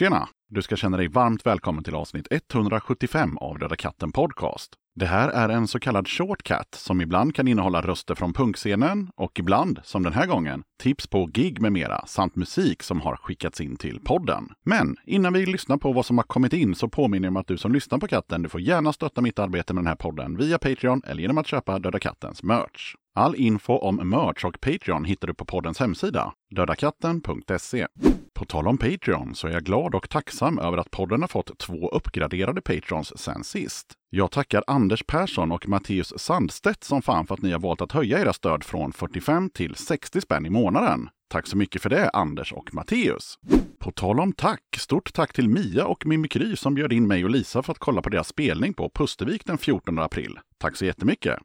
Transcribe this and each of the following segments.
Tjena! Du ska känna dig varmt välkommen till avsnitt 175 av Döda katten podcast. Det här är en så kallad shortcut som ibland kan innehålla röster från punkscenen och ibland, som den här gången, tips på gig med mera samt musik som har skickats in till podden. Men innan vi lyssnar på vad som har kommit in så påminner jag om att du som lyssnar på katten, du får gärna stötta mitt arbete med den här podden via Patreon eller genom att köpa Döda kattens merch. All info om merch och Patreon hittar du på poddens hemsida, dödakatten.se. På tal om Patreon så är jag glad och tacksam över att podden har fått 2 uppgraderade Patrons sen sist. Jag tackar Anders Persson och Matteus Sandstedt som fan för att ni har valt att höja era stöd från 45 till 60 spänn i månaden. Tack så mycket för det, Anders och Matteus. På tal om tack, stort tack till Mia och Mimikry som bjöd in mig och Lisa för att kolla på deras spelning på Pustervik den 14 april. Tack så jättemycket!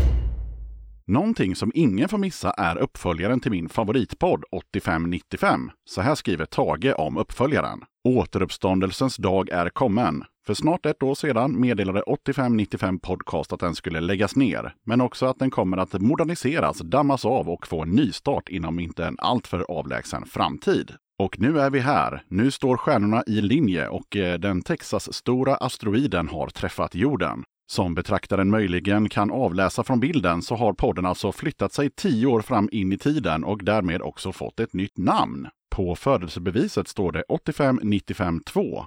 Någonting som ingen får missa är uppföljaren till min favoritpodd 8595. Så här skriver Tage om uppföljaren. Återuppståndelsens dag är kommen. För snart ett år sedan meddelade 8595 podcast att den skulle läggas ner. Men också att den kommer att moderniseras, dammas av och få en nystart inom inte en alltför avlägsen framtid. Och nu är vi här. Nu står stjärnorna i linje och den Texas-stora asteroiden har träffat jorden. Som betraktaren möjligen kan avläsa från bilden så har podden alltså flyttat sig 10 år fram in i tiden och därmed också fått ett nytt namn. På födelsebeviset står det 85952,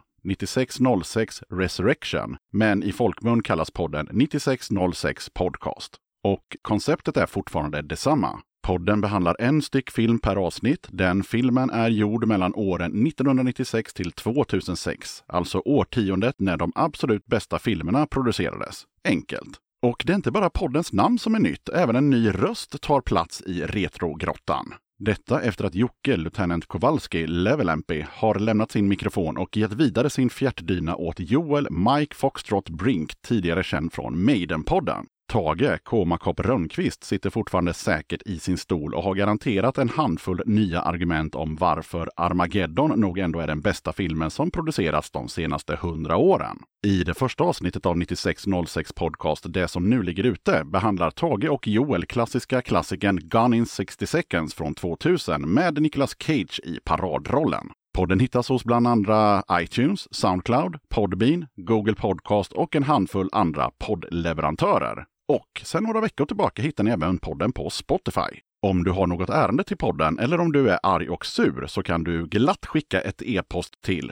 9606 Resurrection, men i folkmun kallas podden 9606 Podcast. Och konceptet är fortfarande detsamma. Podden behandlar en styck film per avsnitt. Den filmen är gjord mellan åren 1996 till 2006, alltså årtiondet när de absolut bästa filmerna producerades. Enkelt. Och det är inte bara poddens namn som är nytt, även en ny röst tar plats i Retrogrottan. Detta efter att Jocke, Lieutenant Kowalski, Level MP, har lämnat sin mikrofon och gett vidare sin fjärtdyna åt Joel Mike Foxtrot Brink, tidigare känd från Maiden-podden. Tage, Komakopp Rönnqvist, sitter fortfarande säkert i sin stol och har garanterat en handfull nya argument om varför Armageddon nog ändå är den bästa filmen som producerats de senaste 100 åren. I det första avsnittet av 9606 podcast, det som nu ligger ute, behandlar Tage och Joel klassiska klassikern Gone in 60 seconds från 2000 med Nicolas Cage i paradrollen. Podden hittas hos bland andra iTunes, Soundcloud, Podbean, Google Podcast och en handfull andra poddleverantörer. Och sen några veckor tillbaka hittar ni även podden på Spotify. Om du har något ärende till podden eller om du är arg och sur så kan du glatt skicka ett e-post till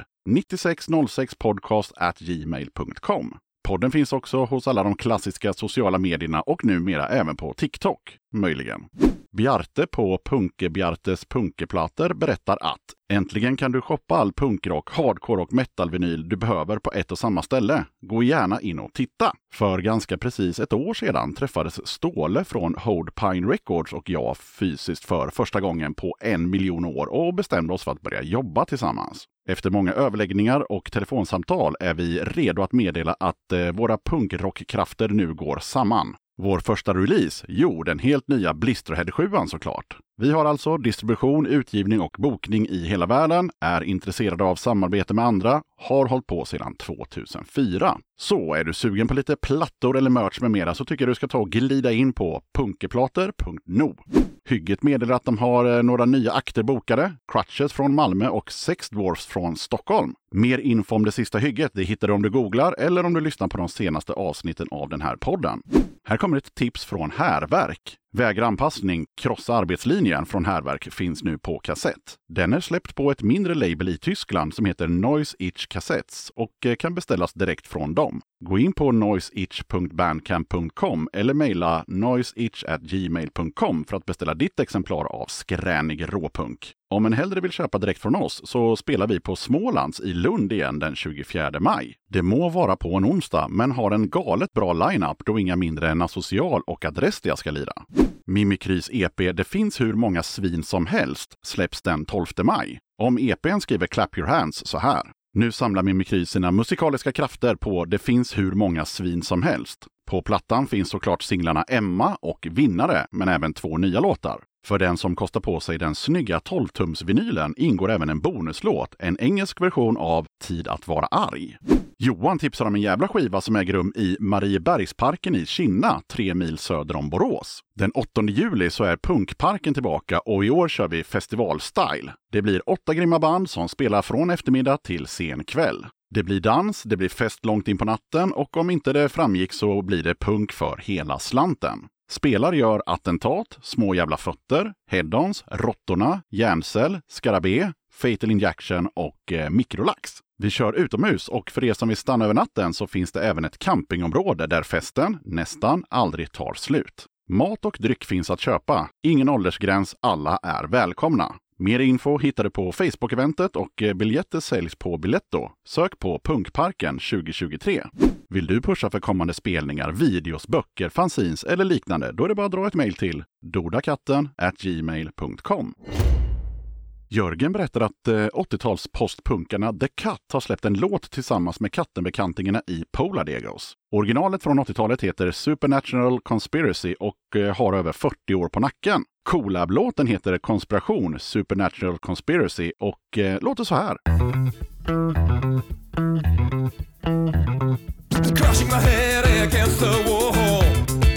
9606podcast@gmail.com. Podden finns också hos alla de klassiska sociala medierna och numera även på TikTok, möjligen. Bjarte på Punke Bjartes punkeplater berättar att äntligen kan du shoppa all punkrock, hardcore och metalvinyl du behöver på ett och samma ställe. Gå gärna in och titta. För ganska precis ett år sedan träffades Ståle från Hold Pine Records och jag fysiskt för första gången på 1 miljon år och bestämde oss för att börja jobba tillsammans. Efter många överläggningar och telefonsamtal är vi redo att meddela att våra punkrockkrafter nu går samman. Vår första release, den helt nya Blisterhead 7 såklart. Vi har alltså distribution, utgivning och bokning i hela världen, är intresserade av samarbete med andra, har hållit på sedan 2004. Så är du sugen på lite plattor eller merch med mera så tycker jag du ska ta och glida in på punkeplater.no. Hygget meddelar att de har några nya akter bokade, Crutches från Malmö och Sex Dwarfs från Stockholm. Mer info om det sista hygget det hittar du om du googlar eller om du lyssnar på de senaste avsnitten av den här podden. Här kommer ett tips från Härverk. Vägeranpassning, krossa arbetslinjen från Härverk finns nu på kassett. Den är släppt på ett mindre label i Tyskland som heter Noise Itch Cassettes och kan beställas direkt från dem. Gå in på noiseitch.bandcamp.com eller mejla noiseitch@gmail.com för att beställa ditt exemplar av skränig råpunk. Om en hellre vill köpa direkt från oss så spelar vi på Smålands i Lund igen den 24 maj. Det må vara på en onsdag men har en galet bra line-up då inga mindre än Asocial och Adrestia ska lira. Mimikrys EP Det finns hur många svin som helst släpps den 12 maj. Om EPn skriver Clap Your Hands så här. Nu samlar Mimikry sina musikaliska krafter på Det finns hur många svin som helst. På plattan finns såklart singlarna Emma och Vinnare, men även 2 nya låtar. För den som kostar på sig den snygga 12-tums-vinylen ingår även en bonuslåt, en engelsk version av Tid att vara arg. Johan tipsar om en jävla skiva som äger rum i Mariebergsparken i Kinna, 3 mil söder om Borås. Den 8 juli så är Punkparken tillbaka och i år kör vi festivalstyle. Det blir 8 grymma band som spelar från eftermiddag till sen kväll. Det blir dans, det blir fest långt in på natten och om inte det framgick så blir det punk för hela slanten. Spelare gör Attentat, Små jävla fötter, Head-Ons, Råttorna, Järncell, Skarabé, Fatal Injection och Mikrolax. Vi kör utomhus och för er som vill stanna över natten så finns det även ett campingområde där festen nästan aldrig tar slut. Mat och dryck finns att köpa. Ingen åldersgräns, alla är välkomna. Mer info hittar du på Facebook-eventet och biljetter säljs på Biletto. Sök på Punkparken 2023. Vill du pusha för kommande spelningar, videos, böcker, fanzines eller liknande, då är det bara att dra ett mejl till dodakatten@gmail.com. Jörgen berättar att 80-tals postpunkarna The Cut har släppt en låt tillsammans med Kattenbekantingarna i Polar Degos. Originalet från 80-talet heter Supernatural Conspiracy och har över 40 år på nacken. Collab-låten heter Konspiration, Supernatural Conspiracy och låter så här. Crushing my head against the wall.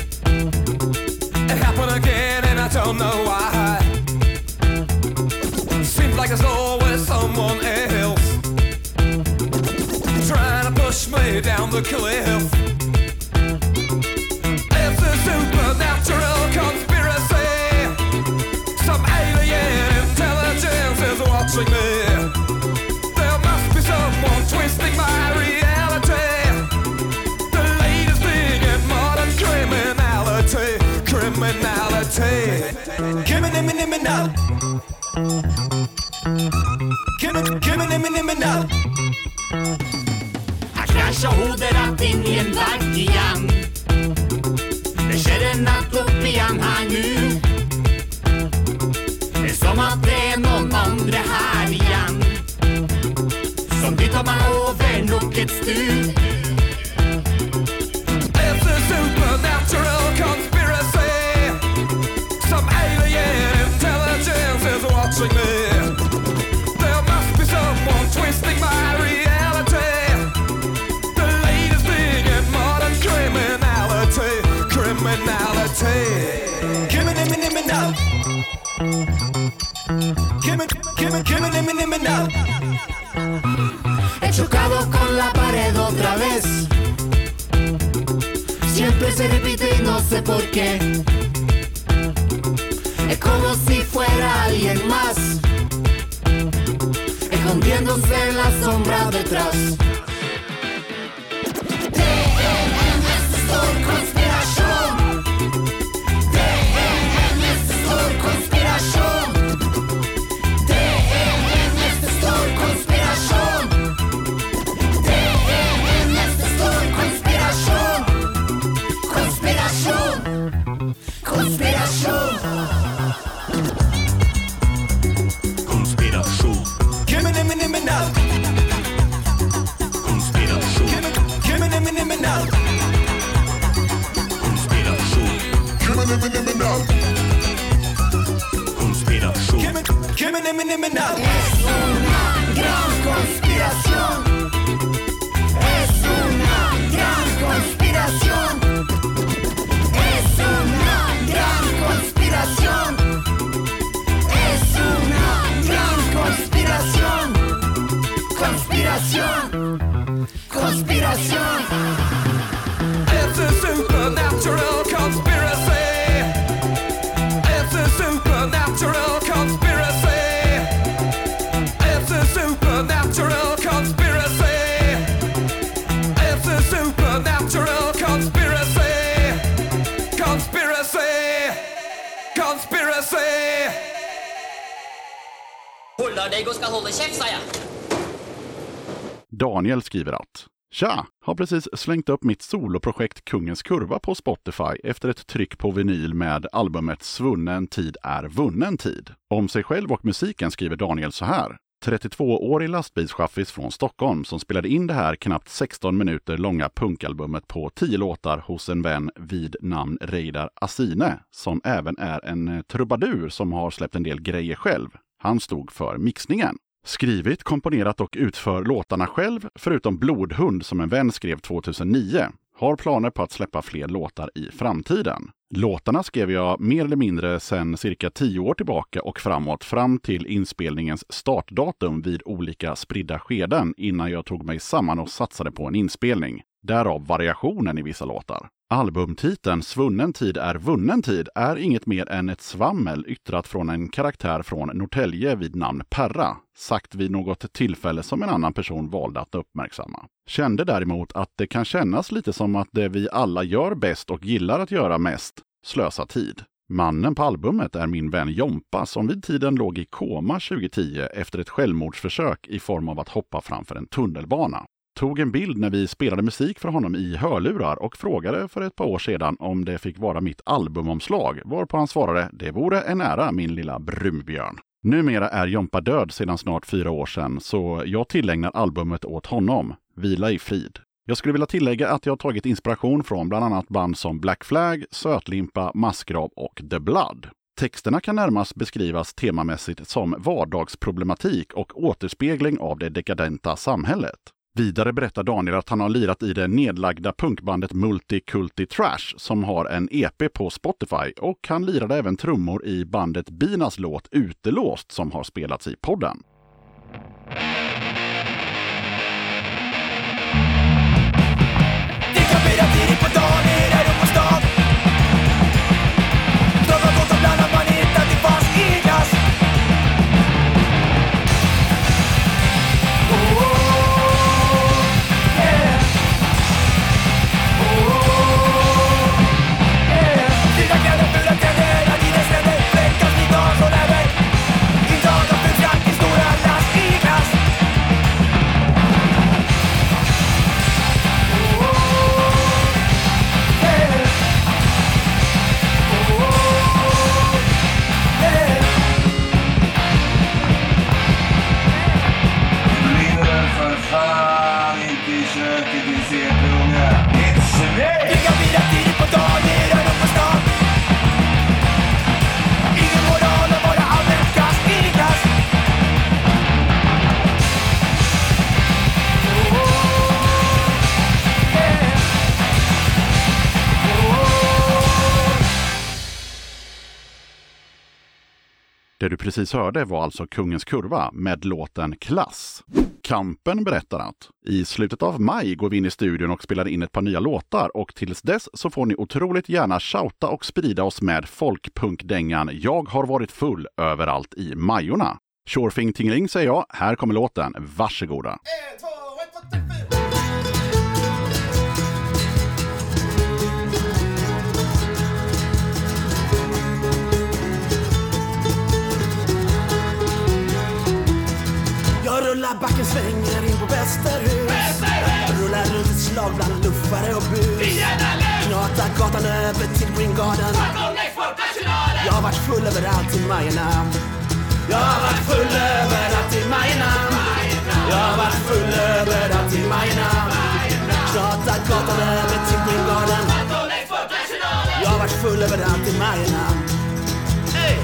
It happened again and I don't know why. Seems like there's always someone else trying to push me down the cliff. It's a supernatural conspiracy. Some alien intelligence is watching me. There must be someone twisting my reality. The latest thing in modern criminality. Criminality. Criminal. Criminal. Jag kraschar hodet in i en vagg igen. Det sker en natt upp igen här nu. Det är som att det är någon andra här igen. Som dit tar man över loket styr. It's a supernatural conspiracy. Some alien intelligence is watching me. There must be someone twisting my reality. The latest thing in modern criminality. Criminality. Criminal. Criminal. He chocado con la pared otra vez. Siempre se repite y no sé por qué. Es como si fuera alguien más, escondiéndose en la sombra detrás. DNN es stor konspiration. DNN es stor konspiration. DNN es stor konspiration. DNN es stor konspiration. Konspiration. Konspiration. Konspiration. Criminal. Konspiration. Criminal. Konspiration. Criminal. Konspiration. Criminal. Es una gran conspiración. Es una gran conspiración. Es una gran conspiración. Es una gran conspiración. Conspiración. Conspiración. It's a supernatural conspiracy. It's a supernatural conspiracy. It's a supernatural conspiracy. It's a supernatural conspiracy. Conspiracy. Conspiracy. Polar Dego ska hålla käft, säger jag. Daniel skriver att Tja, har precis slängt upp mitt soloprojekt Kungens kurva på Spotify efter ett tryck på vinyl med albumet Svunnen tid är vunnen tid. Om sig själv och musiken skriver Daniel så här. 32-årig lastbilschaffis från Stockholm som spelade in det här knappt 16 minuter långa punkalbumet på 10 låtar hos en vän vid namn Reidar Asine, som även är en trubadur som har släppt en del grejer själv. Han stod för mixningen. Skrivit, komponerat och utför låtarna själv, förutom Blodhund som en vän skrev 2009. Har planer på att släppa fler låtar i framtiden. Låtarna skrev jag mer eller mindre sedan cirka 10 år tillbaka och framåt, fram till inspelningens startdatum vid olika spridda skeden innan jag tog mig samman och satsade på en inspelning. Därav variationen i vissa låtar. Albumtiteln Svunnen tid är vunnen tid är inget mer än ett svammel yttrat från en karaktär från Norrtälje vid namn Perra, sagt vid något tillfälle som en annan person valde att uppmärksamma. Kände däremot att det kan kännas lite som att det vi alla gör bäst och gillar att göra mest, slösa tid. Mannen på albumet är min vän Jompa som vid tiden låg i koma 2010 efter ett självmordsförsök i form av att hoppa framför en tunnelbana. Tog en bild när vi spelade musik för honom i hörlurar och frågade för ett par år sedan om det fick vara mitt albumomslag, varpå han svarade det vore en ära min lilla brunbjörn. Numera är Jompa död sedan snart 4 år sedan så jag tillägnar albumet åt honom. Vila i frid. Jag skulle vilja tillägga att jag har tagit inspiration från bland annat band som Black Flag, Sötlimpa, Massgrav och The Blood. Texterna kan närmast beskrivas temamässigt som vardagsproblematik och återspegling av det dekadenta samhället. Vidare berättar Daniel att han har lirat i det nedlagda punkbandet Multiculti Trash som har en EP på Spotify och han lirade även trummor i bandet Binas låt Utelåst som har spelats i podden. Det kan bli tidigt på dagen är du på stan. De har gått och blandat man hittat i fast i glass. Det du precis hörde var alltså Kungens kurva med låten Klass. Kampen berättar att i slutet av maj går vi in i studion och spelar in ett par nya låtar och tills dess så får ni otroligt gärna shouta och sprida oss med folkpunkdängan Jag har varit full överallt i Majorna. Tjorfing tingling säger jag, här kommer låten, varsågoda. 1, 2, 1, 2, 3, 4. Rullar backen, svänger in på Västerhus. Rullar runt ett slag bland luffare och bus. Knatar gatan över till Green Garden. Jag har varit full överallt i Majorna. Jag har varit full överallt i Majorna. Jag har varit full överallt i Majorna. Knatar gatan över till Green Garden. Jag har varit full överallt i Majorna. Hey!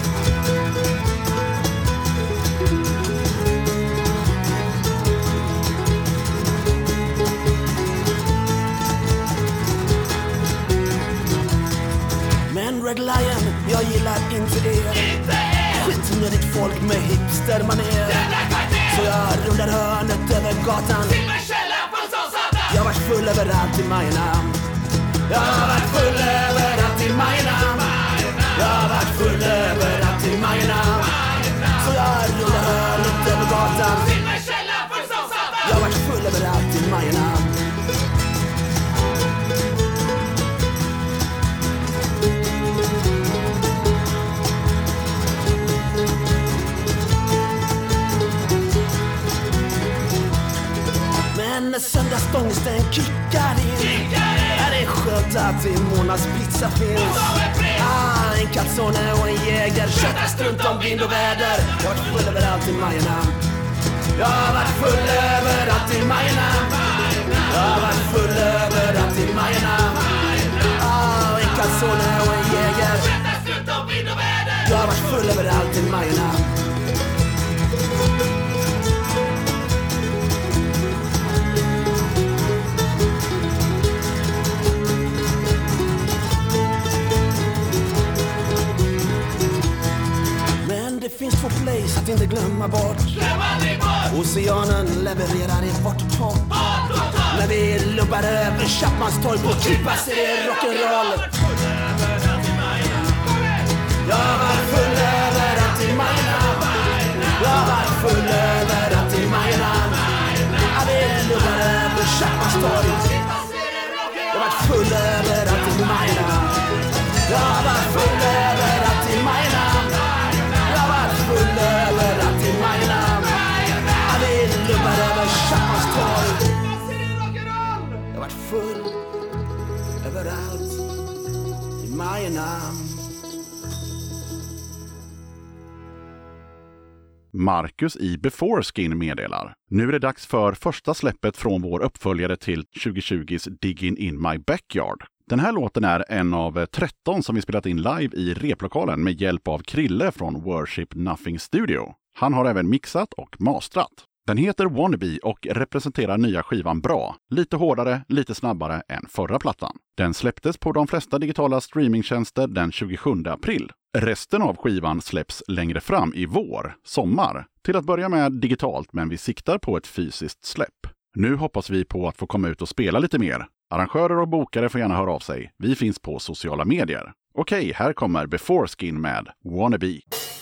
Red Lion, jag gillar inte er. Skitnödigt folk med hipstermanér. Så jag rullar hörnet över gatan. Jag har varit full överallt i Majorna. Jag har varit full överallt i Majorna. Jag har varit full överallt i Majorna. Så jag rullar hörnet över gatan. Jag har varit full överallt i Majorna. När söndagsstångesten kickar in är det skönt att i Monas pizza finns. En calzone och en jäger, köttas runt om vind och väder. Jag har varit full överallt i Majorna. Jag har varit full överallt i Majorna. Jag har varit full överallt i Majorna. En calzone och en jäger, jag har varit full överallt i Majorna. glömma bort. Oceanen levererar i vårt topp. När vi lubbar över Chapmans torg på Klippa ser det rock'n'roll. Jag var full överallt i Majorna. Jag var full överallt i Majorna. När vi lubbar över Chapmans torg. Jag var full överallt i Majorna. Jag var full överallt i Majorna. Jag var full överallt i Majorna. Jag vill lubbar över Chapmans torg. Jag var full överallt i Majorna. Marcus i Before Skin meddelar. Nu är det dags för första släppet från vår uppföljare till 2020s Digging in my backyard. Den här låten är en av 13 som vi spelat in live i replokalen med hjälp av Krille från Worship Nothing Studio. Han har även mixat och mastrat. Den heter Wannabe och representerar nya skivan bra. Lite hårdare, lite snabbare än förra plattan. Den släpptes på de flesta digitala streamingtjänster den 27 april. Resten av skivan släpps längre fram i vår, sommar. Till att börja med digitalt, men vi siktar på ett fysiskt släpp. Nu hoppas vi på att få komma ut och spela lite mer. Arrangörer och bokare får gärna höra av sig. Vi finns på sociala medier. Okej, här kommer Before Skin med Wannabe.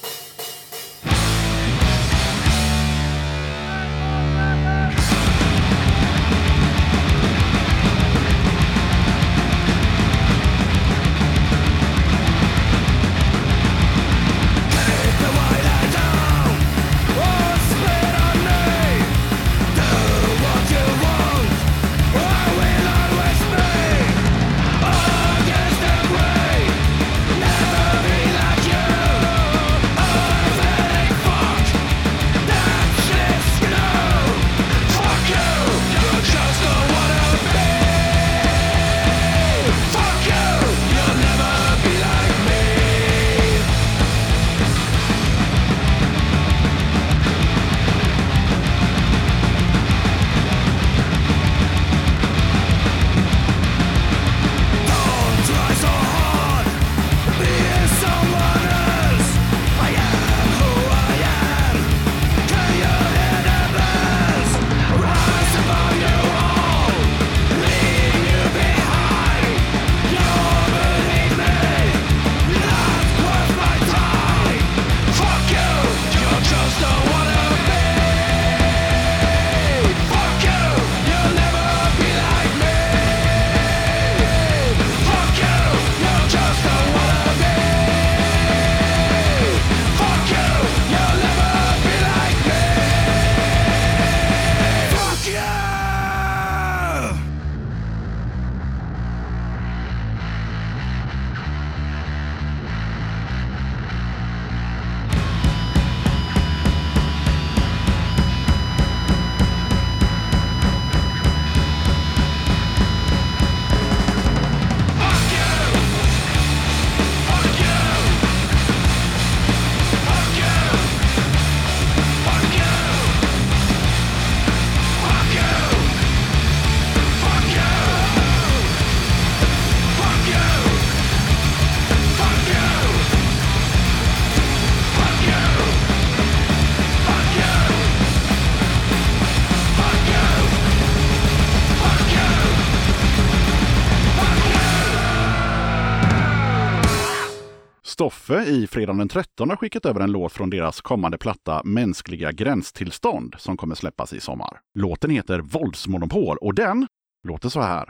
Stoffe i Fredagen den 13 har skickat över en låt från deras kommande platta Mänskliga gränstillstånd som kommer släppas i sommar. Låten heter Våldsmonopol och den låter så här.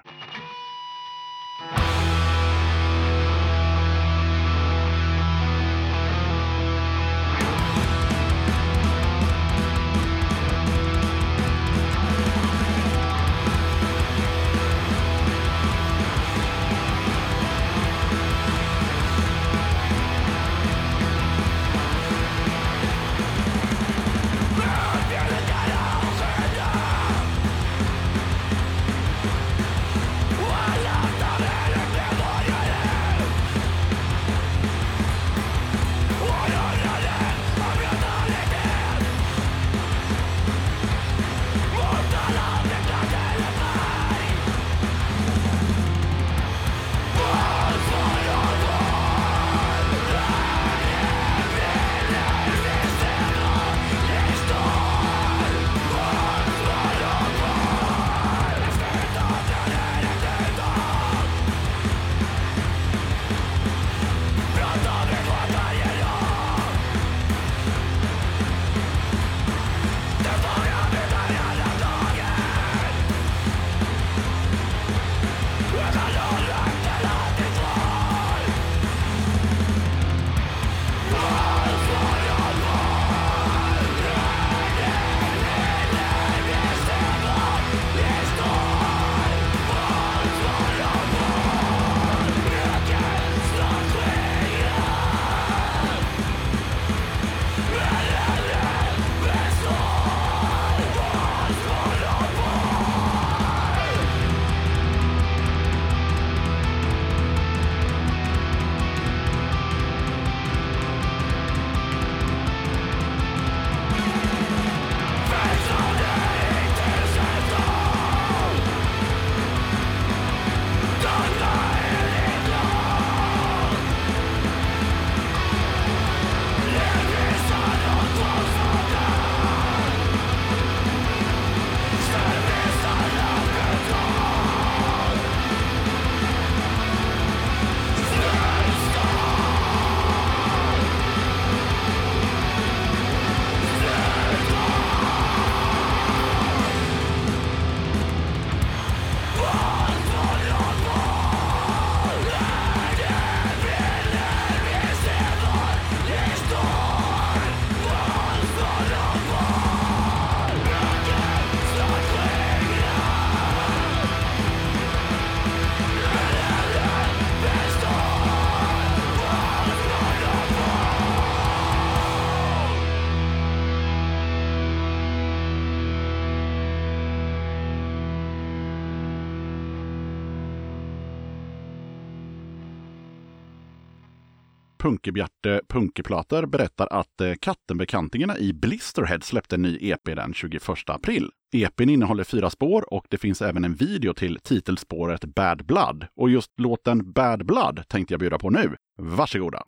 Punkebjarte Punkeplater berättar att Kattenbekantingarna i Blisterhead släppte en ny EP den 21 april. EPn innehåller 4 spår och det finns även en video till titelspåret Bad Blood. Och just låten Bad Blood tänkte jag bjuda på nu. Varsågoda!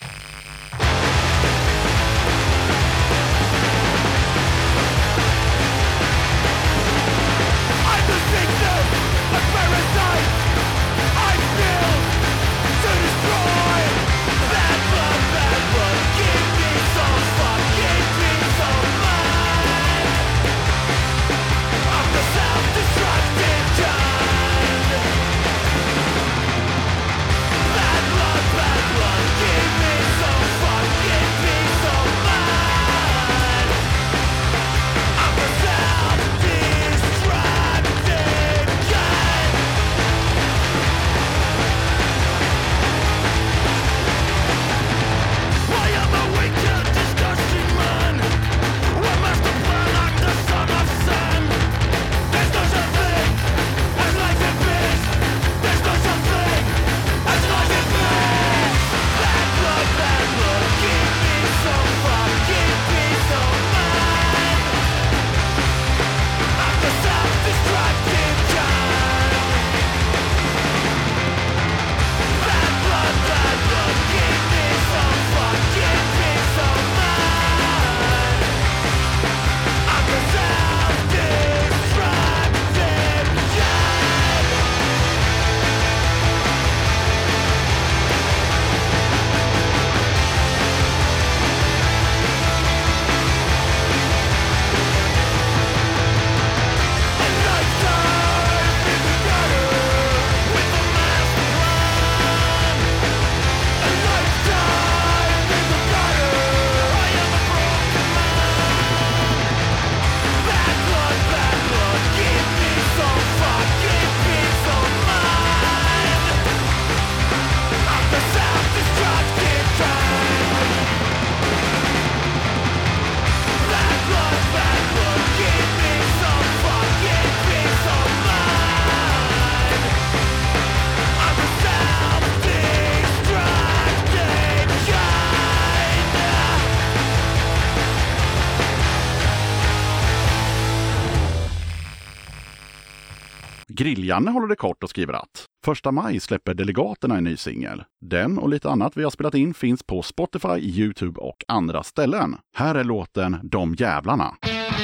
Grilljanne håller det kort och skriver att 1 maj släpper Delegaterna en ny singel. Den och lite annat vi har spelat in finns på Spotify, YouTube och andra ställen. Här är låten De jävlarna.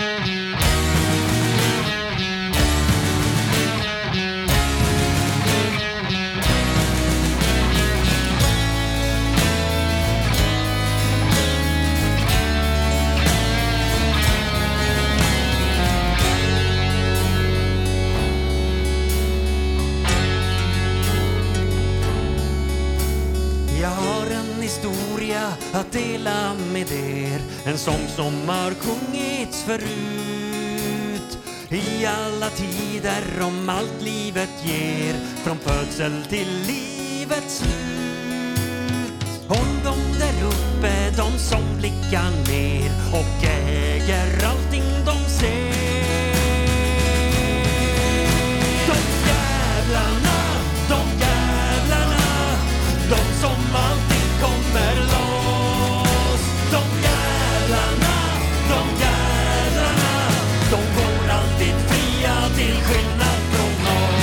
Att dela med er, en sång som har sjungits förut i alla tider om allt livet ger, från födsel till livets slut. Om de där uppe, de som blickar ner och äger allting de ser. De jävlarna, de som alltid kommer loss. De jävlarna, de går alltid fria till skillnad från oss.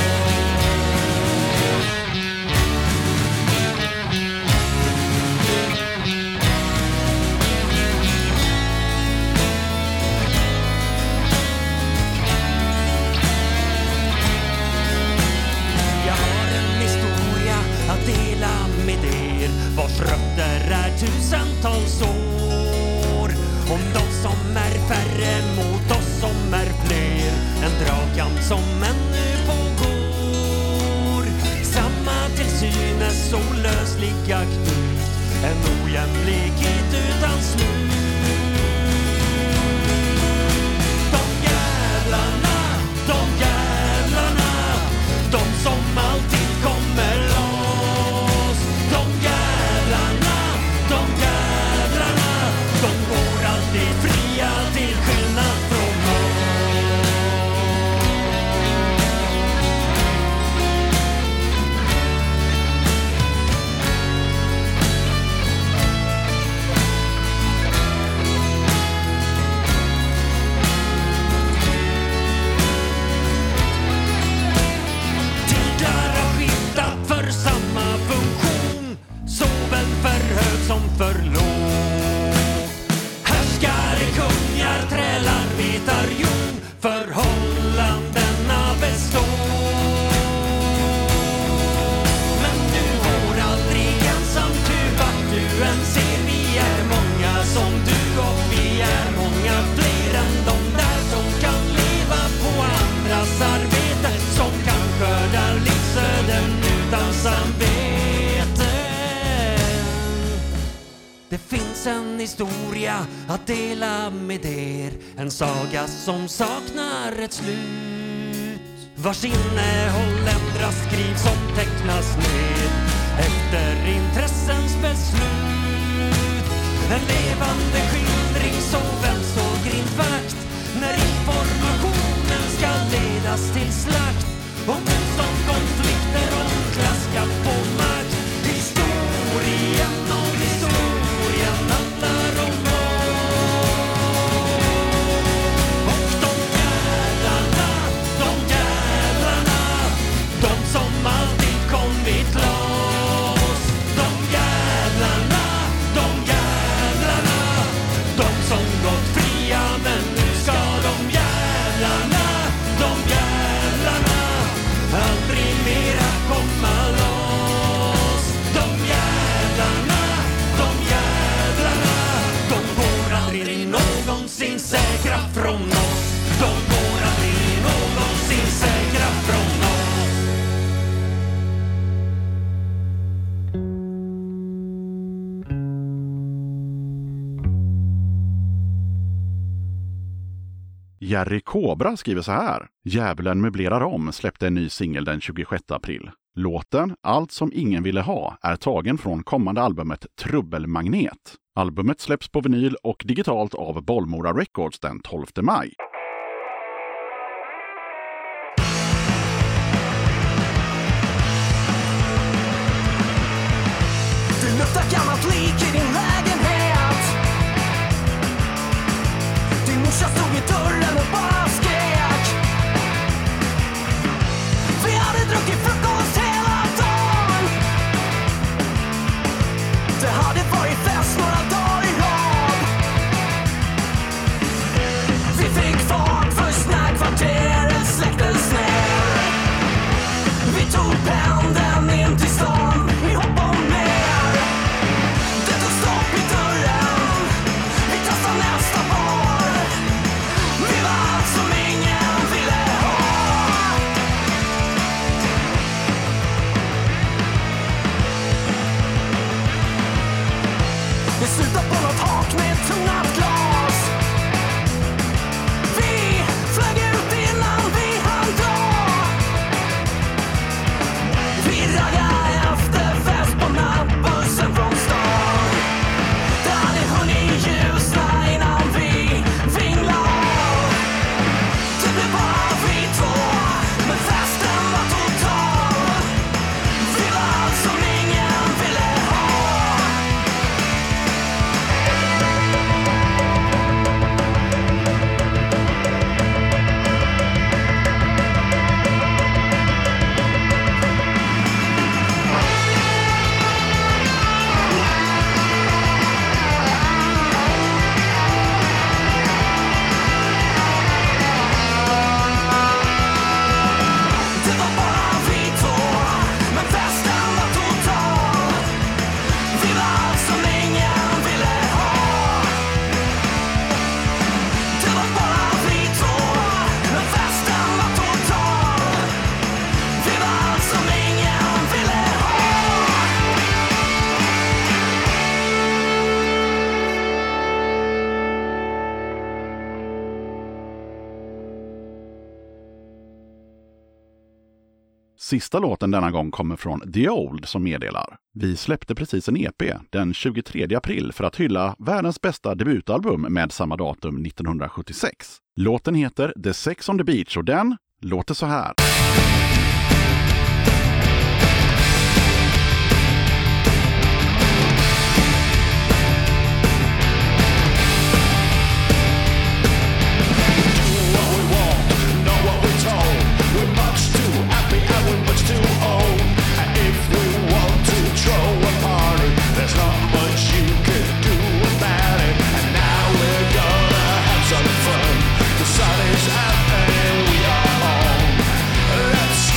Jag har en historia att dela med er, vars rötter är tusentals år. Om de som är färre mot oss som är fler, en dragkamp som ännu pågår. Samma till synes olösliga knut, en ojämlikhet utan slut. De jävlarna, de som alltid kommer loss. De jävlarna, de går alltid fria till skillnad från oss. historia att dela med er. En saga som saknar ett slut, vars innehåll ändras, skrivs och tecknas ned efter intressens beslut. En levande skildring, så vem så grindvakt när informationen ska ledas till slakt. Om motstånd, konflikter och klasskamp på makt. Historien om historien handlar om oss. Och de jävlarna, de som alltid kommit loss. De jävlarna, de som gått fria, men nu ska de jävlarna aldrig mera komma loss. De jävlarna, de går aldrig någonsin säkra från oss. De går aldrig någonsin säkra från oss. Jerry Cobra skriver så här. Djävulen möblerar om släppte en ny singel den 26 april. Låten Allt som ingen ville ha är tagen från kommande albumet Trubbelmagnet. Albumet släpps på vinyl och digitalt av Bollmora Records den 12 maj. Du luktar gammalt lik i din lägenhet. Din morsa stod i dörren och bara skrek. Vi hade druckit frukost hela dagen. Det hade varit fest några dagar i rad. Vi fick fart först när kvarteret släcktes ner. Vi tog pendeln in till stan i hopp om mer. Det tog stopp i dörren. Vi testade nästa bar. Vi var allt som ingen ville ha. Vi slutade på något hak med ett tonat glas. Vi flög ut innan vi hann dra. Vi raggade efter fest på nattbussen från stan. Det hade hunnit ljusna innan vi vinglade av. Det blev bara vi två, men festen var total. Vi var allt som ingen ville ha. Det var bara vi två, men festen var total. Vi var allt som ingen ville ha. Det var bara vi två, men festen var total. Vi var allt som ingen ville ha. Sista låten denna gång kommer från The Old som meddelar. Vi släppte precis en EP den 23 april för att hylla världens bästa debutalbum med samma datum 1976. Låten heter The Sex on the Beach och den låter så här. Sun, the sun is out and we are home. Let's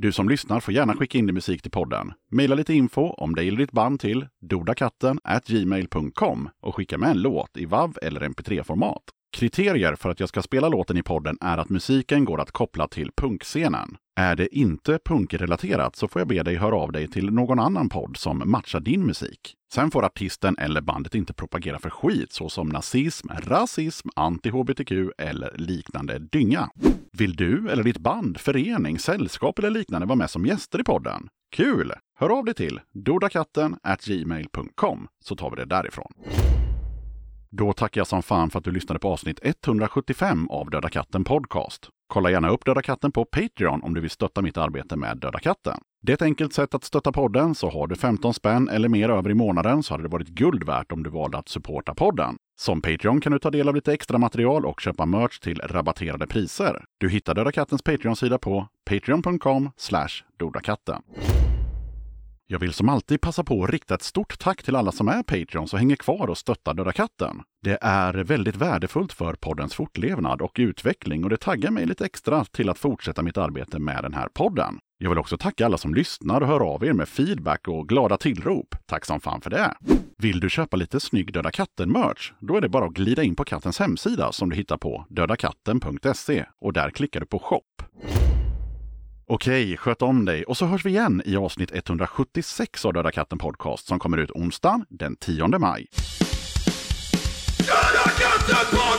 Du som lyssnar får gärna skicka in din musik till podden. Maila lite info om dig eller ditt band till dodakatten@gmail.com och skicka med en låt i WAV eller MP3-format. Kriterier för att jag ska spela låten i podden är att musiken går att koppla till punkscenen. Är det inte punkrelaterat så får jag be dig höra av dig till någon annan podd som matchar din musik. Sen får artisten eller bandet inte propagera för skit såsom nazism, rasism, anti-hbtq eller liknande dynga. Vill du eller ditt band, förening, sällskap eller liknande vara med som gäster i podden? Kul! Hör av dig till dodakatten@gmail.com så tar vi det därifrån. Då tackar jag som fan för att du lyssnade på avsnitt 175 av Döda Katten Podcast. Kolla gärna upp Döda Katten på Patreon om du vill stötta mitt arbete med Döda Katten. Det är ett enkelt sätt att stötta podden, så har du 15 spänn eller mer över i månaden så hade det varit guld värt om du valde att supporta podden. Som Patreon kan du ta del av lite extra material och köpa merch till rabatterade priser. Du hittar Döda Kattens Patreon-sida på patreon.com/dodakatten. Jag vill som alltid passa på att rikta ett stort tack till alla som är Patreons och hänger kvar och stöttar Döda Katten. Det är väldigt värdefullt för poddens fortlevnad och utveckling och det taggar mig lite extra till att fortsätta mitt arbete med den här podden. Jag vill också tacka alla som lyssnar och hör av er med feedback och glada tillrop. Tack som fan för det! Vill du köpa lite snygg Döda Katten-merch? Då är det bara att glida in på kattens hemsida som du hittar på dödakatten.se och där klickar du på shop. Okej, sköt om dig och så hörs vi igen i avsnitt 176 av Döda Katten Podcast som kommer ut onsdagen den 10 maj. Döda Katten!